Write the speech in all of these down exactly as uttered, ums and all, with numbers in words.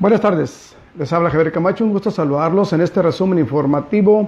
Buenas tardes, les habla Javier Camacho, un gusto saludarlos en este resumen informativo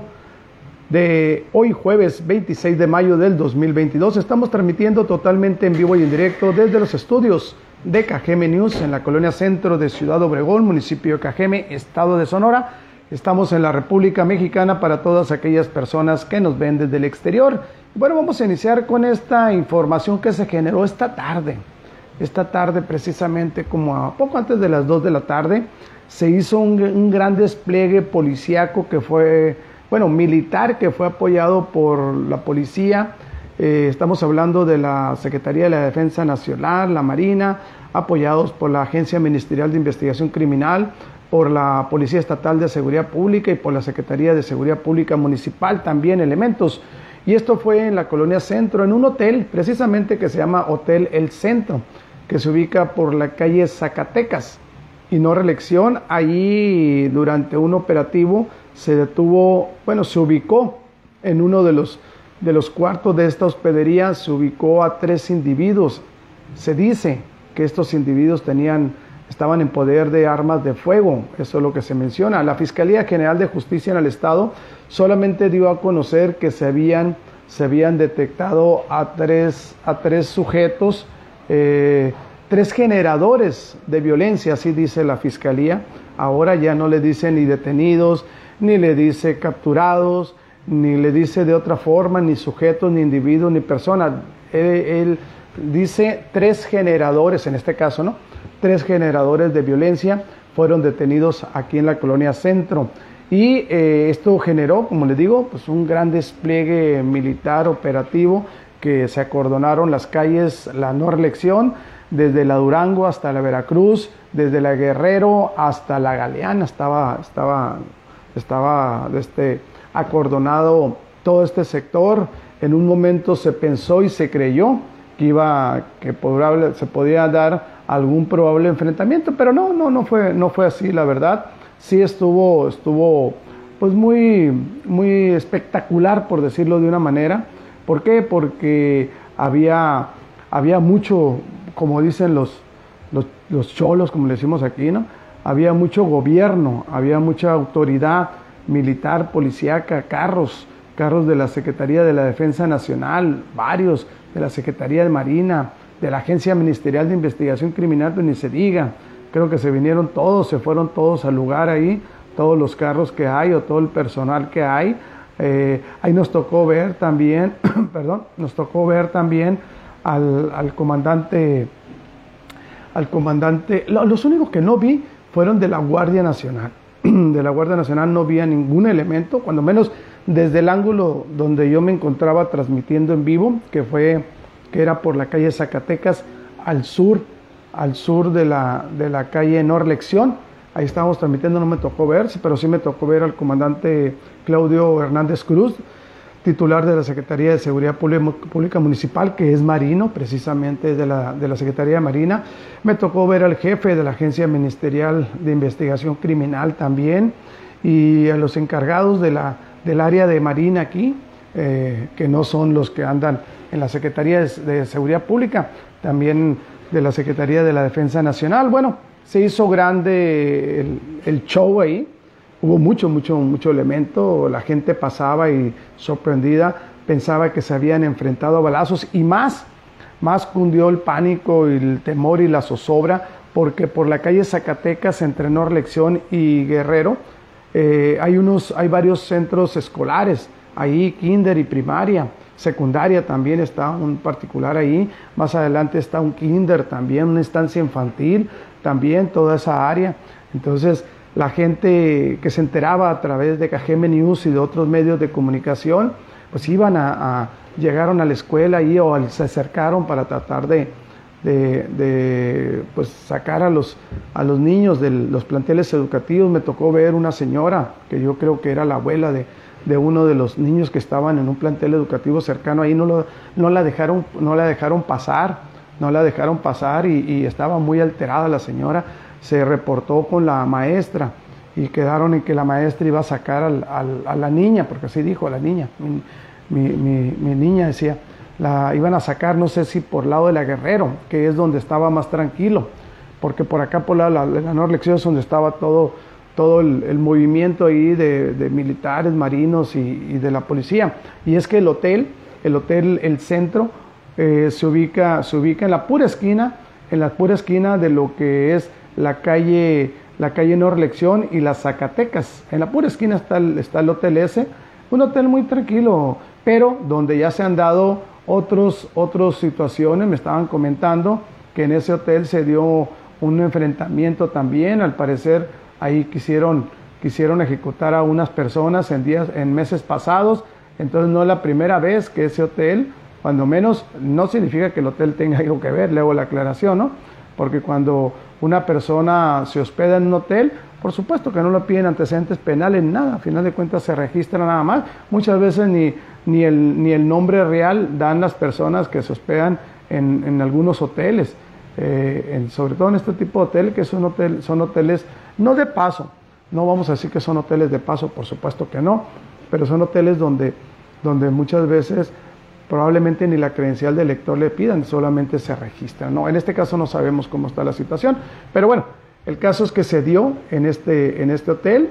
de hoy jueves veintiséis de mayo del dos mil veintidós. Estamos transmitiendo totalmente en vivo y en directo desde los estudios de Cajeme News en la colonia centro de Ciudad Obregón, municipio de Cajeme, estado de Sonora. Estamos en la República Mexicana para todas aquellas personas que nos ven desde el exterior. Bueno, vamos a iniciar con esta información que se generó esta tarde. Esta tarde, precisamente como a poco antes de las dos de la tarde, se hizo un, un gran despliegue policíaco que fue, bueno, militar, que fue apoyado por la policía. Eh, estamos hablando de la Secretaría de la Defensa Nacional, la Marina, apoyados por la Agencia Ministerial de Investigación Criminal, por la Policía Estatal de Seguridad Pública y por la Secretaría de Seguridad Pública Municipal, también elementos. Y esto fue en la colonia Centro, en un hotel, precisamente que se llama Hotel El Centro, que se ubica por la calle Zacatecas y no reelección. Allí, durante un operativo, se detuvo, bueno, se ubicó en uno de los, de los cuartos de esta hospedería, se ubicó a tres individuos. Se dice que estos individuos tenían, estaban en poder de armas de fuego, eso es lo que se menciona. La Fiscalía General de Justicia en el Estado solamente dio a conocer que se habían, se habían detectado a tres, a tres sujetos, eh, tres generadores de violencia, así dice la Fiscalía. Ahora ya no le dice ni detenidos, ni le dice capturados, ni le dice de otra forma, ni sujetos, ni individuos, ni personas. Él, él dice tres generadores, en este caso, ¿no? Tres generadores de violencia fueron detenidos aquí en la colonia Centro. Y eh, esto generó, como les digo, pues un gran despliegue militar operativo, que se acordonaron las calles, la no reelección, desde la Durango hasta la Veracruz, desde la Guerrero hasta la Galeana, estaba, estaba, estaba este, acordonado todo este sector. En un momento se pensó y se creyó que iba, que probable, se podía dar algún probable enfrentamiento, pero no, no, no fue, no fue así, la verdad. Sí estuvo, estuvo, pues muy, muy espectacular, por decirlo de una manera. ¿Por qué? Porque había, había mucho, como dicen los, los, los cholos, como le decimos aquí, ¿no? Había mucho gobierno, había mucha autoridad militar, policíaca, carros, carros de la Secretaría de la Defensa Nacional, varios de la Secretaría de Marina, de la Agencia Ministerial de Investigación Criminal, pues ni se diga. Creo que se vinieron todos, se fueron todos al lugar ahí, todos los carros que hay o todo el personal que hay. Eh, ahí nos tocó ver también, perdón, nos tocó ver también al, al comandante, al comandante, los únicos que no vi fueron de la Guardia Nacional. De la Guardia Nacional no vi a ningún elemento, cuando menos desde el ángulo donde yo me encontraba transmitiendo en vivo, que fue, que era por la calle Zacatecas, al sur, al sur de la, de la calle No Reelección. Ahí estábamos transmitiendo, no me tocó ver, pero sí me tocó ver al comandante Claudio Hernández Cruz, titular de la Secretaría de Seguridad Pública Municipal, que es marino, precisamente de la, de la Secretaría de Marina. Me tocó ver al jefe de la Agencia Ministerial de Investigación Criminal también, y a los encargados de la, del área de Marina aquí, eh, que no son los que andan en la Secretaría de, de Seguridad Pública, también de la Secretaría de la Defensa Nacional. Bueno, se hizo grande el, el show ahí. Hubo mucho, mucho, mucho elemento. La gente pasaba y sorprendida pensaba que se habían enfrentado a balazos, y más, más cundió el pánico y el temor y la zozobra, porque por la calle Zacatecas, entre No Reelección y Guerrero, eh, hay, unos, hay varios centros escolares, ahí kinder y primaria, secundaria también está un particular ahí, más adelante está un kinder también, una estancia infantil también, toda esa área. Entonces, la gente que se enteraba a través de Cajeme News y de otros medios de comunicación, pues iban a, a llegaron a la escuela ahí, o se acercaron para tratar de, de, de pues sacar a los, a los niños de los planteles educativos. Me tocó ver una señora, que yo creo que era la abuela de, de uno de los niños que estaban en un plantel educativo cercano ahí, no, lo, no, la, dejaron, no la dejaron pasar, no la dejaron pasar y, y estaba muy alterada la señora. Se reportó con la maestra y quedaron en que la maestra iba a sacar al, al, a la niña, porque así dijo, a la niña, mi, mi, mi, mi niña decía, la iban a sacar, no sé si por lado de la Guerrero, que es donde estaba más tranquilo, porque por acá por la, la, la Norlección es donde estaba todo, todo el, el movimiento ahí de, de militares, marinos y, y de la policía. Y es que el hotel, el hotel El Centro, eh, se, ubica, se ubica en la pura esquina, en la pura esquina de lo que es la calle, la calle Norlección y las Zacatecas. En la pura esquina está el, está el hotel ese, un hotel muy tranquilo, pero donde ya se han dado otros, otras situaciones. Me estaban comentando que en ese hotel se dio un enfrentamiento también. Al parecer ahí quisieron, quisieron ejecutar a unas personas en, días, en meses pasados. Entonces no es la primera vez que ese hotel, cuando menos, no significa que el hotel tenga algo que ver, le hago la aclaración, ¿no? Porque cuando una persona se hospeda en un hotel, por supuesto que no le piden antecedentes penales, nada, a final de cuentas se registra nada más. Muchas veces ni, ni, el, ni el nombre real dan las personas que se hospedan en, en algunos hoteles, eh, en, sobre todo en este tipo de hotel, que son, hotel, son hoteles no de paso, no vamos a decir que son hoteles de paso, por supuesto que no, pero son hoteles donde, donde muchas veces probablemente ni la credencial del lector le pidan, solamente se registran, ¿no? En este caso no sabemos cómo está la situación, pero bueno, el caso es que se dio en este, en este hotel.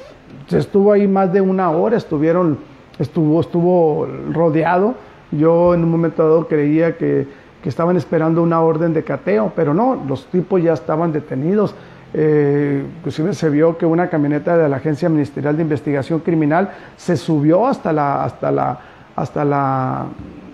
Se estuvo ahí más de una hora, estuvieron, estuvo, estuvo rodeado. Yo en un momento dado creía que, que estaban esperando una orden de cateo, pero no, los tipos ya estaban detenidos. Eh, inclusive se vio que una camioneta de la Agencia Ministerial de Investigación Criminal se subió hasta la, hasta la, hasta la,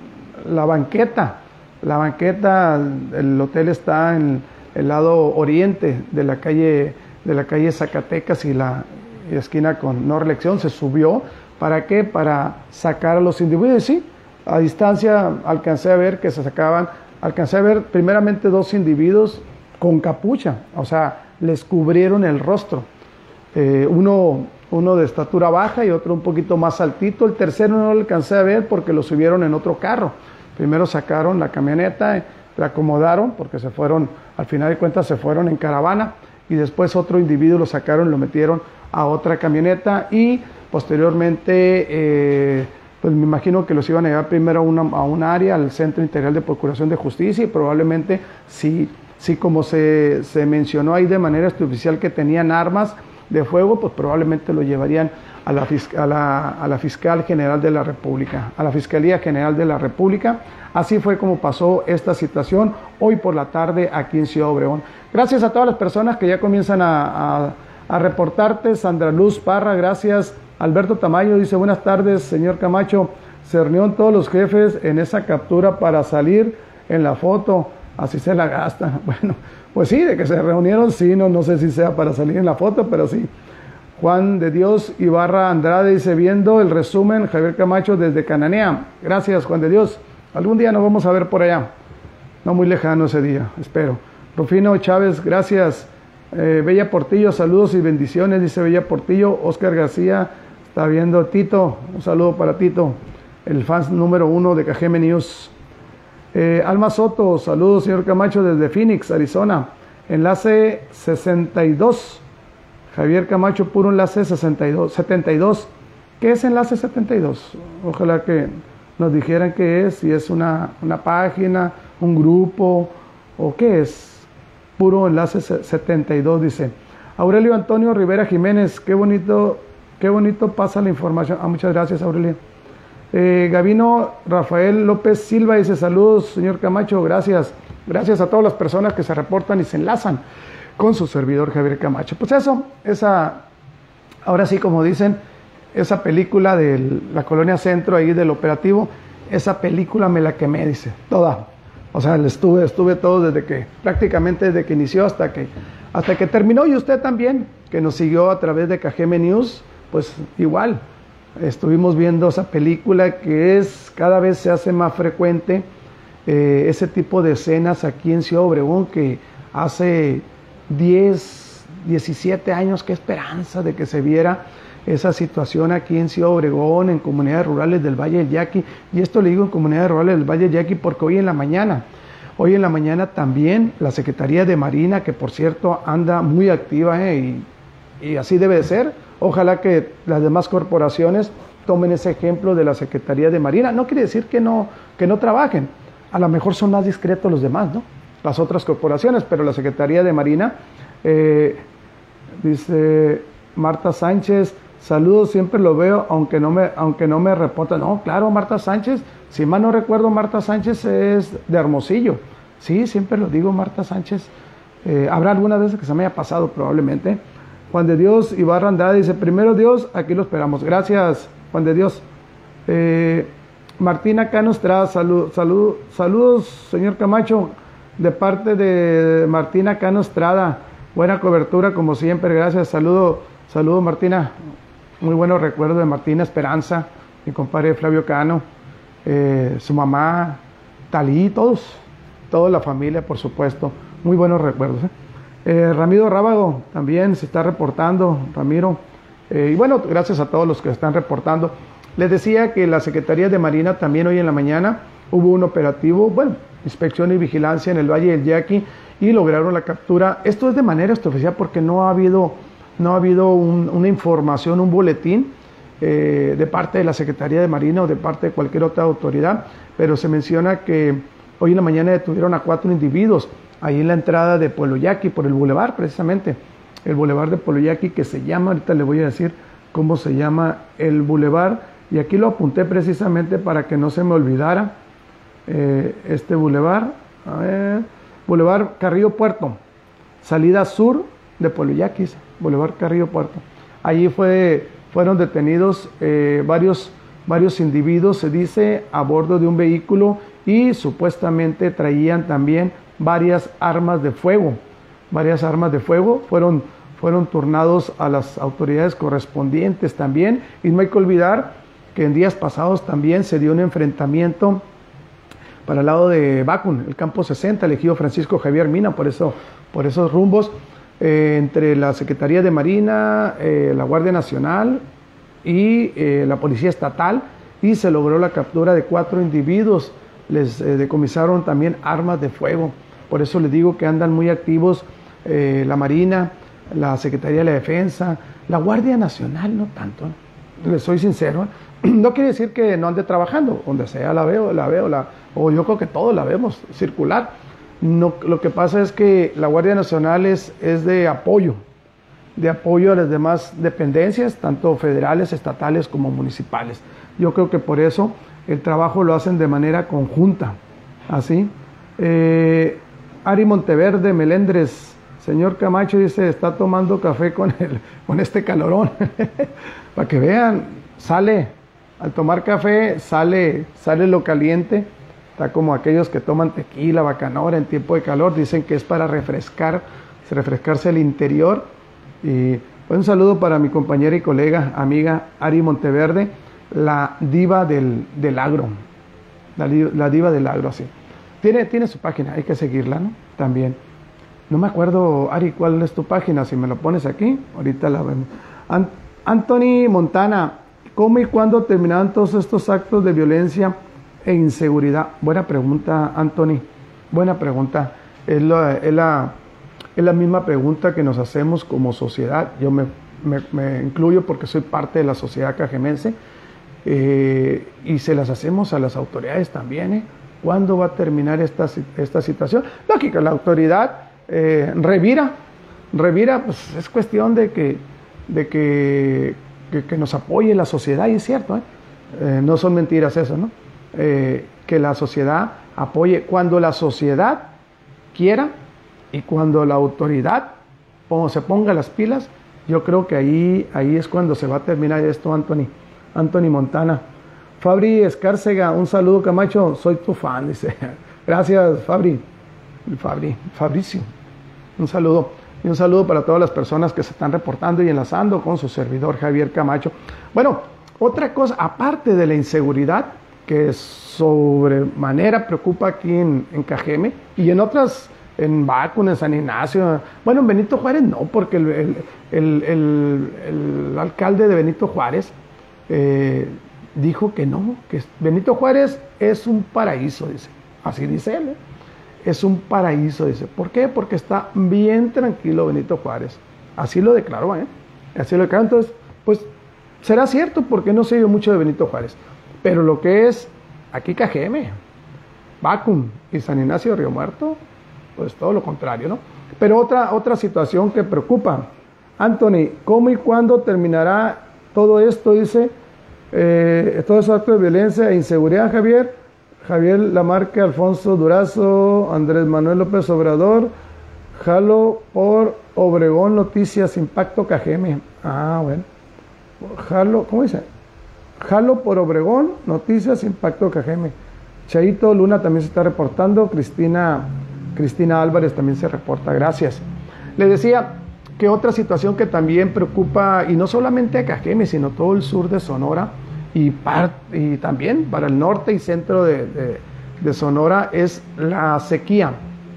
la banqueta. La banqueta, el hotel está en el lado oriente de la calle, de la calle Zacatecas y la y esquina con Norlección. Se subió, ¿para qué? Para sacar a los individuos. Sí, a distancia alcancé a ver que se sacaban, alcancé a ver primeramente dos individuos con capucha, o sea, les cubrieron el rostro, eh, uno, uno de estatura baja y otro un poquito más altito. El tercero no lo alcancé a ver porque lo subieron en otro carro. Primero sacaron la camioneta, la acomodaron porque se fueron, al final de cuentas se fueron en caravana, y después otro individuo lo sacaron, lo metieron a otra camioneta y posteriormente eh, pues me imagino que los iban a llevar primero a una, a un área, al Centro Integral de Procuración de Justicia, y probablemente si, si como se, se mencionó ahí de manera extraoficial que tenían armas de fuego, pues probablemente lo llevarían a la, a, la, a la Fiscal General de la República, a la Fiscalía General de la República. Así fue como pasó esta situación hoy por la tarde aquí en Ciudad Obregón. Gracias a todas las personas que ya comienzan a, a, a reportarte. Sandra Luz Parra, gracias. Alberto Tamayo dice, buenas tardes, señor Camacho. Se reunieron todos los jefes en esa captura para salir en la foto, así se la gasta. Bueno, pues sí, de que se reunieron, sí, no, no sé si sea para salir en la foto, pero sí. Juan de Dios Ibarra Andrade dice, viendo el resumen, Javier Camacho desde Cananea. Gracias, Juan de Dios. Algún día nos vamos a ver por allá. No muy lejano ese día, espero. Rufino Chávez, gracias. Eh, Bella Portillo, saludos y bendiciones, dice Bella Portillo. Oscar García está viendo. Tito, un saludo para Tito, el fan número uno de K G M News. Eh, Alma Soto, saludos, señor Camacho, desde Phoenix, Arizona. Enlace sesenta y dos. Javier Camacho, puro enlace sesenta y dos, setenta y dos. ¿Qué es enlace setenta y dos? Ojalá que nos dijeran qué es, si es una, una página, un grupo, o qué es. Puro enlace setenta y dos, dice. Aurelio Antonio Rivera Jiménez, qué bonito, qué bonito pasa la información. Ah, muchas gracias, Aurelio. Eh, Gavino Rafael López Silva dice, saludos, señor Camacho, gracias. Gracias a todas las personas que se reportan y se enlazan con su servidor Javier Camacho. Pues eso, esa, ahora sí, como dicen, esa película de la Colonia Centro, ahí del operativo, esa película me la quemé, dice, toda. O sea, estuve, estuve todo desde que, prácticamente desde que inició hasta que, hasta que terminó. Y usted también, que nos siguió a través de K G M News, pues igual, estuvimos viendo esa película que es, cada vez se hace más frecuente eh, ese tipo de escenas aquí en Ciudad Obregón, que hace diez, diecisiete años, qué esperanza de que se viera esa situación aquí en Ciudad Obregón, en comunidades rurales del Valle del Yaqui. Y esto le digo en comunidades rurales del Valle del Yaqui porque hoy en la mañana, hoy en la mañana también la Secretaría de Marina, que por cierto anda muy activa, eh, y, y así debe de ser. Ojalá que las demás corporaciones tomen ese ejemplo de la Secretaría de Marina. No quiere decir que no, que no trabajen, a lo mejor son más discretos los demás, ¿no? las otras corporaciones, pero la Secretaría de Marina, eh, dice Marta Sánchez, saludos, siempre lo veo, aunque no me, aunque no me reporta. No, claro, Marta Sánchez, si mal no recuerdo, Marta Sánchez es de Hermosillo. Sí, siempre lo digo, Marta Sánchez. Eh, habrá algunas veces que se me haya pasado, probablemente. Juan de Dios Ibarra Andrade dice, primero Dios, aquí lo esperamos. Gracias, Juan de Dios. Eh, Martina Cano Estrada, salud, salud, saludos, señor Camacho, de parte de Martina Cano Estrada. Buena cobertura, como siempre, gracias. Saludo, saludo, Martina. Muy buenos recuerdos de Martina Esperanza, mi compadre Flavio Cano, eh, su mamá, Talí, todos, toda la familia, por supuesto. Muy buenos recuerdos. ¿eh? Eh, Ramiro Rábago también se está reportando, Ramiro. Eh, y bueno, gracias a todos los que están reportando. Les decía que la Secretaría de Marina también hoy en la mañana hubo un operativo, bueno, inspección y vigilancia en el Valle del Yaqui y lograron la captura. Esto es de manera extraoficial porque no ha habido, no ha habido un, una información, un boletín eh, de parte de la Secretaría de Marina o de parte de cualquier otra autoridad, pero se menciona que hoy en la mañana detuvieron a cuatro individuos ahí en la entrada de Pueblo Yaqui, por el bulevar precisamente, el bulevar de Pueblo Yaqui que se llama, ahorita le voy a decir cómo se llama el bulevar, y aquí lo apunté precisamente para que no se me olvidara, eh, este bulevar, a ver, bulevar Carrillo Puerto, salida sur de Pueblo Yaqui, bulevar Carrillo Puerto. Allí fue, fueron detenidos eh, varios, varios individuos, se dice, a bordo de un vehículo y supuestamente traían también varias armas de fuego, varias armas de fuego, fueron, fueron turnados a las autoridades correspondientes también, y no hay que olvidar que en días pasados también se dio un enfrentamiento para el lado de Bacun, el campo sesenta, elegido Francisco Javier Mina, por, eso, por esos rumbos, eh, entre la Secretaría de Marina, eh, la Guardia Nacional y eh, la Policía Estatal, y se logró la captura de cuatro individuos, les eh, decomisaron también armas de fuego. Por eso les digo que andan muy activos eh, la Marina, la Secretaría de la Defensa, la Guardia Nacional, no tanto, ¿eh? Les soy sincero, ¿eh? No quiere decir que no ande trabajando, donde sea la veo, la veo, la, o yo creo que todos la vemos circular. No, lo que pasa es que la Guardia Nacional es, es de apoyo, de apoyo a las demás dependencias, tanto federales, estatales como municipales. Yo creo que por eso el trabajo lo hacen de manera conjunta, así. Eh, Ari Monteverde Melendres, señor Camacho, dice, está tomando café con, el, con este calorón. Para que vean, sale, al tomar café, sale, sale lo caliente. Está como aquellos que toman tequila, bacanora en tiempo de calor, dicen que es para refrescar, refrescarse el interior. Y pues, un saludo para mi compañera y colega, amiga Ari Monteverde, la diva del, del agro, la, la diva del agro, así. Tiene, tiene su página, hay que seguirla, ¿no? También. No me acuerdo, Ari, cuál es tu página, si me lo pones aquí, ahorita la vemos. An Anthony Montana, ¿cómo y cuándo terminaron todos estos actos de violencia e inseguridad? Buena pregunta, Anthony, buena pregunta. Es la, es la, es la misma pregunta que nos hacemos como sociedad. Yo me, me, me incluyo porque soy parte de la sociedad cajemense, eh, y se las hacemos a las autoridades también, ¿eh? ¿Cuándo va a terminar esta, esta situación? Lógico, la autoridad eh, revira, revira, pues es cuestión de que, de que, que, que nos apoye la sociedad, y es cierto, ¿eh? Eh, no son mentiras eso, ¿no? Eh, que la sociedad apoye cuando la sociedad quiera y cuando la autoridad como se ponga las pilas. Yo creo que ahí, ahí es cuando se va a terminar esto, Anthony, Anthony Montana. Fabri Escárcega, un saludo, Camacho, soy tu fan, dice. Gracias, Fabri, Fabri, Fabricio, un saludo. Y un saludo para todas las personas que se están reportando y enlazando con su servidor Javier Camacho. Bueno, otra cosa, aparte de la inseguridad, que sobremanera preocupa aquí en, en Cajeme y en otras, en Bacun, en San Ignacio, bueno, en Benito Juárez no, porque el, el, el, el, el alcalde de Benito Juárez eh, dijo que no, que Benito Juárez es un paraíso, dice, así dice él, ¿eh? Es un paraíso, dice. ¿Por qué? Porque está bien tranquilo Benito Juárez, así lo declaró, ¿eh? Así lo declaró. Entonces, pues, será cierto, porque no se oye mucho de Benito Juárez, pero lo que es aquí Cajeme, Bacun y San Ignacio de Río Muerto, pues todo lo contrario, ¿no? Pero otra, otra situación que preocupa, Anthony, ¿cómo y cuándo terminará todo esto? Dice, eh, todos esos actos de violencia e inseguridad, Javier, Javier Lamarque, Alfonso Durazo, Andrés Manuel López Obrador, jalo por Obregón, noticias, impacto K G M. Ah, bueno, jalo, ¿cómo dice? Jalo por Obregón, noticias, impacto K G M. Chaito Luna también se está reportando, Cristina, Cristina Álvarez también se reporta, gracias. Le decía que otra situación que también preocupa, y no solamente a K G M, sino todo el sur de Sonora, y, par, y también para el norte y centro de, de, de Sonora, es la sequía,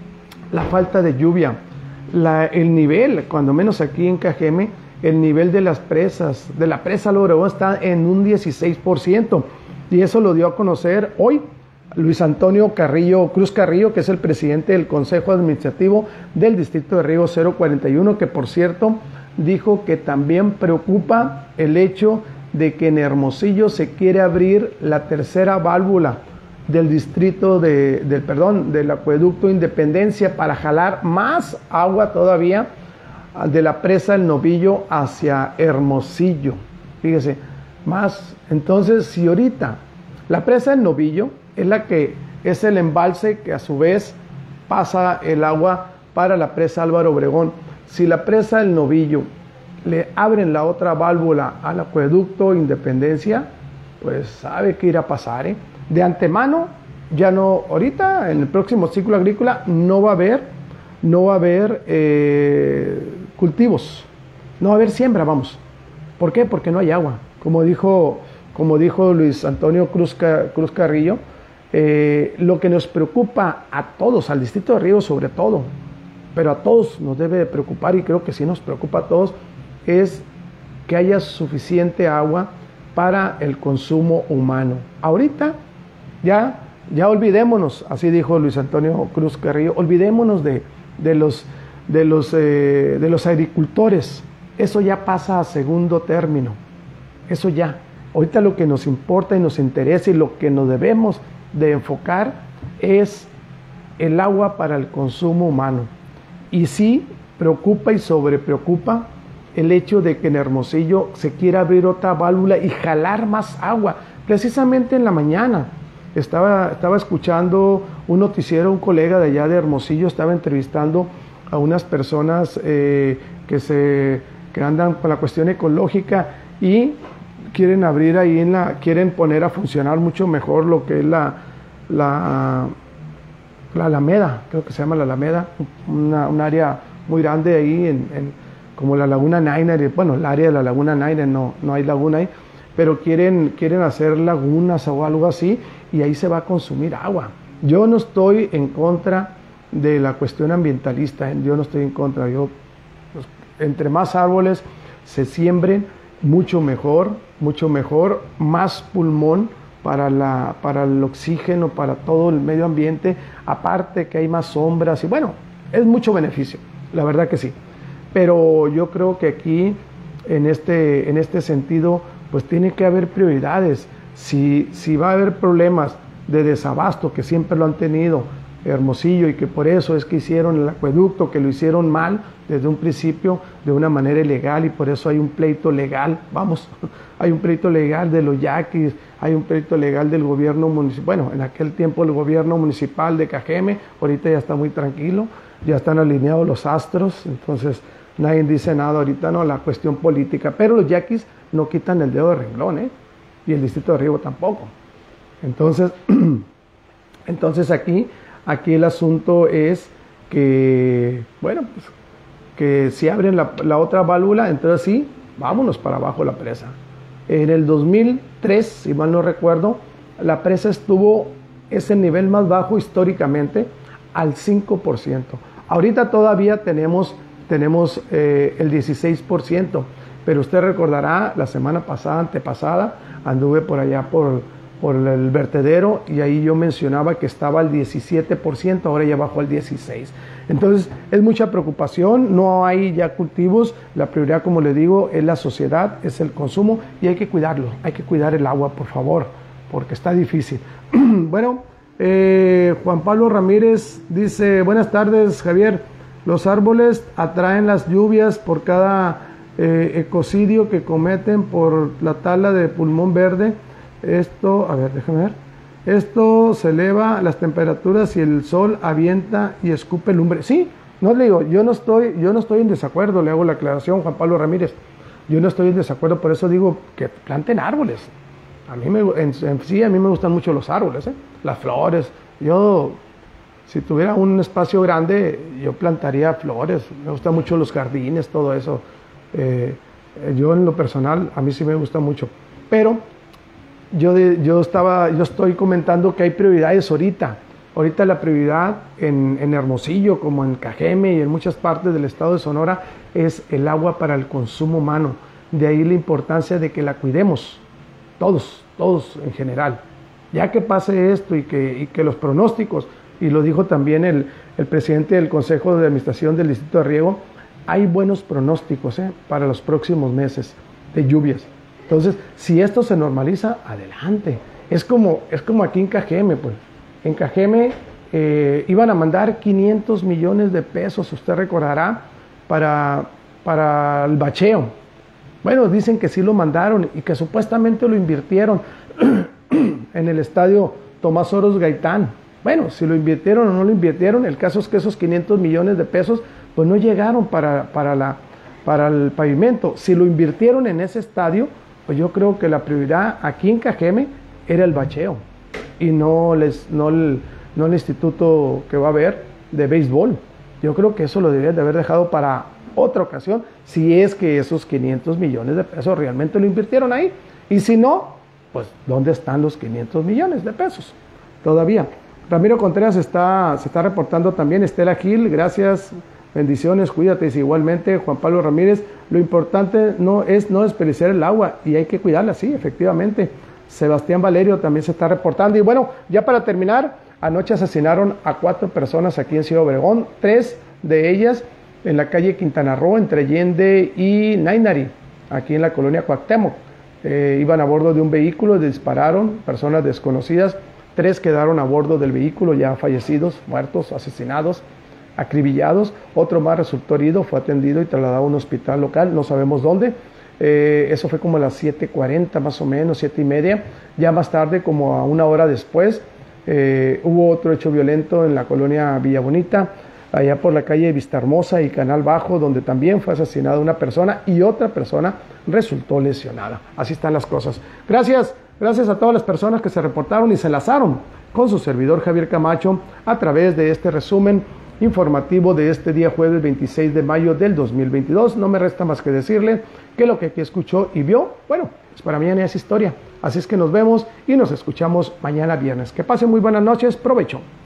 la falta de lluvia, la, el nivel, cuando menos aquí en K G M, el nivel de las presas, de la presa Álvaro Obregón está en un dieciséis por ciento, y eso lo dio a conocer hoy Luis Antonio Carrillo, Cruz Carrillo, que es el presidente del Consejo Administrativo del Distrito de Riego cero cuarenta y uno, que por cierto dijo que también preocupa el hecho de que en Hermosillo se quiere abrir la tercera válvula del distrito de, del, perdón, del acueducto Independencia para jalar más agua todavía de la presa El Novillo hacia Hermosillo. Fíjese, más, entonces si ahorita la presa El Novillo es la que es el embalse que a su vez pasa el agua para la presa Álvaro Obregón. Si la presa El Novillo le abren la otra válvula al acueducto Independencia, pues sabe qué irá a pasar, ¿eh? De antemano, ya no, ahorita en el próximo ciclo agrícola no va a haber, no va a haber eh, cultivos, no va a haber siembra, vamos. ¿Por qué? Porque no hay agua. Como dijo, como dijo Luis Antonio Cruz, Cruz Carrillo, Eh, lo que nos preocupa a todos, al Distrito de Río sobre todo, pero a todos nos debe de preocupar, y creo que sí nos preocupa a todos, es que haya suficiente agua para el consumo humano. Ahorita ya, ya olvidémonos, así dijo Luis Antonio Cruz Carrillo, olvidémonos de, de, los, de, los, eh, de los agricultores. Eso ya pasa a segundo término, eso ya. Ahorita lo que nos importa y nos interesa y lo que nos debemos de enfocar es el agua para el consumo humano. Y sí preocupa y sobrepreocupa el hecho de que en Hermosillo se quiera abrir otra válvula y jalar más agua. Precisamente en la mañana estaba, estaba escuchando un noticiero, un colega de allá de Hermosillo estaba entrevistando a unas personas eh, que, se, que andan con la cuestión ecológica y quieren abrir ahí en la, quieren poner a funcionar mucho mejor lo que es la, la, la Alameda, creo que se llama la Alameda, una, un área muy grande ahí, en, en, como la Laguna Nainer, bueno, el área de la Laguna Nainer, no, no hay laguna ahí, pero quieren, quieren hacer lagunas o algo así, y ahí se va a consumir agua. Yo no estoy en contra de la cuestión ambientalista, yo no estoy en contra, yo, pues, entre más árboles se siembren, mucho mejor, mucho mejor, más pulmón para, la, para el oxígeno, para todo el medio ambiente, aparte que hay más sombras y bueno, es mucho beneficio, la verdad que sí. Pero yo creo que aquí, en este, en este sentido, pues tiene que haber prioridades. Si, si va a haber problemas de desabasto, que siempre lo han tenido Hermosillo, y que por eso es que hicieron el acueducto, que lo hicieron mal desde un principio, de una manera ilegal, y por eso hay un pleito legal, vamos, hay un pleito legal de los yaquis, hay un pleito legal del gobierno municipal, bueno, en aquel tiempo el gobierno municipal de K G M, ahorita ya está muy tranquilo, ya están alineados los astros, entonces nadie dice nada ahorita, no, la cuestión política, pero los yaquis no quitan el dedo de renglón, ¿eh? Y el Distrito de Riego tampoco. Entonces, entonces aquí, aquí el asunto es que, bueno, pues, que si abren la, la otra válvula, entonces sí, vámonos para abajo la presa. En el dos mil tres, si mal no recuerdo, la presa estuvo ese nivel más bajo históricamente, al cinco por ciento. Ahorita todavía tenemos, tenemos eh, el dieciséis por ciento, pero usted recordará, la semana pasada, antepasada, anduve por allá por, por el vertedero y ahí yo mencionaba que estaba al diecisiete por ciento, ahora ya bajó al dieciséis por ciento. Entonces es mucha preocupación, no hay ya cultivos, la prioridad, como le digo, es la sociedad, es el consumo y hay que cuidarlo, hay que cuidar el agua, por favor, porque está difícil. Bueno, Eh, Juan Pablo Ramírez dice, buenas tardes, Javier. Los árboles atraen las lluvias por cada eh, ecocidio que cometen por la tala de pulmón verde. Esto, a ver, déjame ver. Esto se eleva las temperaturas y el sol avienta y escupe lumbre. Sí, no le digo, yo no estoy, yo no estoy en desacuerdo, le hago la aclaración, Juan Pablo Ramírez. Yo no estoy en desacuerdo, por eso digo que planten árboles. A mí me, en, en sí, a mí me gustan mucho los árboles, ¿eh? Las flores. Yo, si tuviera un espacio grande, yo plantaría flores. Me gustan mucho los jardines, todo eso. Eh, yo en lo personal, a mí sí me gusta mucho. Pero yo, de, yo, estaba, yo estoy comentando que hay prioridades ahorita. Ahorita la prioridad en, en Hermosillo, como en Cajeme y en muchas partes del estado de Sonora, es el agua para el consumo humano. De ahí la importancia de que la cuidemos. Todos, todos en general. Ya que pase esto y que, y que los pronósticos, y lo dijo también el, el presidente del Consejo de Administración del Distrito de Riego, hay buenos pronósticos ¿eh? para los próximos meses de lluvias. Entonces, si esto se normaliza, adelante. Es como, es como aquí en Cajeme, pues. En Cajeme eh, iban a mandar quinientos millones de pesos, usted recordará, para, para el bacheo. Bueno, dicen que sí lo mandaron y que supuestamente lo invirtieron en el estadio Tomás Oros Gaitán. Bueno, si lo invirtieron o no lo invirtieron, el caso es que esos quinientos millones de pesos pues no llegaron para, para, la, para el pavimento. Si lo invirtieron en ese estadio, pues yo creo que la prioridad aquí en Cajeme era el bacheo y no, les, no, el, no el instituto que va a haber de béisbol. Yo creo que eso lo deberían de haber dejado para otra ocasión, si es que esos quinientos millones de pesos realmente lo invirtieron ahí. Y si no, pues ¿dónde están los quinientos millones de pesos? Todavía. Ramiro Contreras está, se está reportando también. Estela Gil, gracias, bendiciones, cuídate. Igualmente, Juan Pablo Ramírez, lo importante no es no desperdiciar el agua y hay que cuidarla, sí, efectivamente. Sebastián Valerio también se está reportando. Y bueno, ya para terminar, anoche asesinaron a cuatro personas aquí en Ciudad Obregón, tres de ellas en la calle Quintana Roo, entre Allende y Nainari, aquí en la colonia Cuauhtémoc. Eh, iban a bordo de un vehículo, dispararon, personas desconocidas, tres quedaron a bordo del vehículo ya fallecidos, muertos, asesinados, acribillados, otro más resultó herido, fue atendido y trasladado a un hospital local, no sabemos dónde. Eh, eso fue como a las siete cuarenta más o menos, siete y media. Ya más tarde, como a una hora después, eh, hubo otro hecho violento en la colonia Villa Bonita, allá por la calle Vistahermosa y Canal Bajo, donde también fue asesinada una persona y otra persona resultó lesionada. Así están las cosas. Gracias, gracias a todas las personas que se reportaron y se enlazaron con su servidor Javier Camacho a través de este resumen informativo de este día jueves veintiséis de mayo del dos mil veintidós. No me resta más que decirle que lo que aquí escuchó y vio, bueno, pues para mañana es historia. Así es que nos vemos y nos escuchamos mañana viernes. Que pasen muy buenas noches, provecho.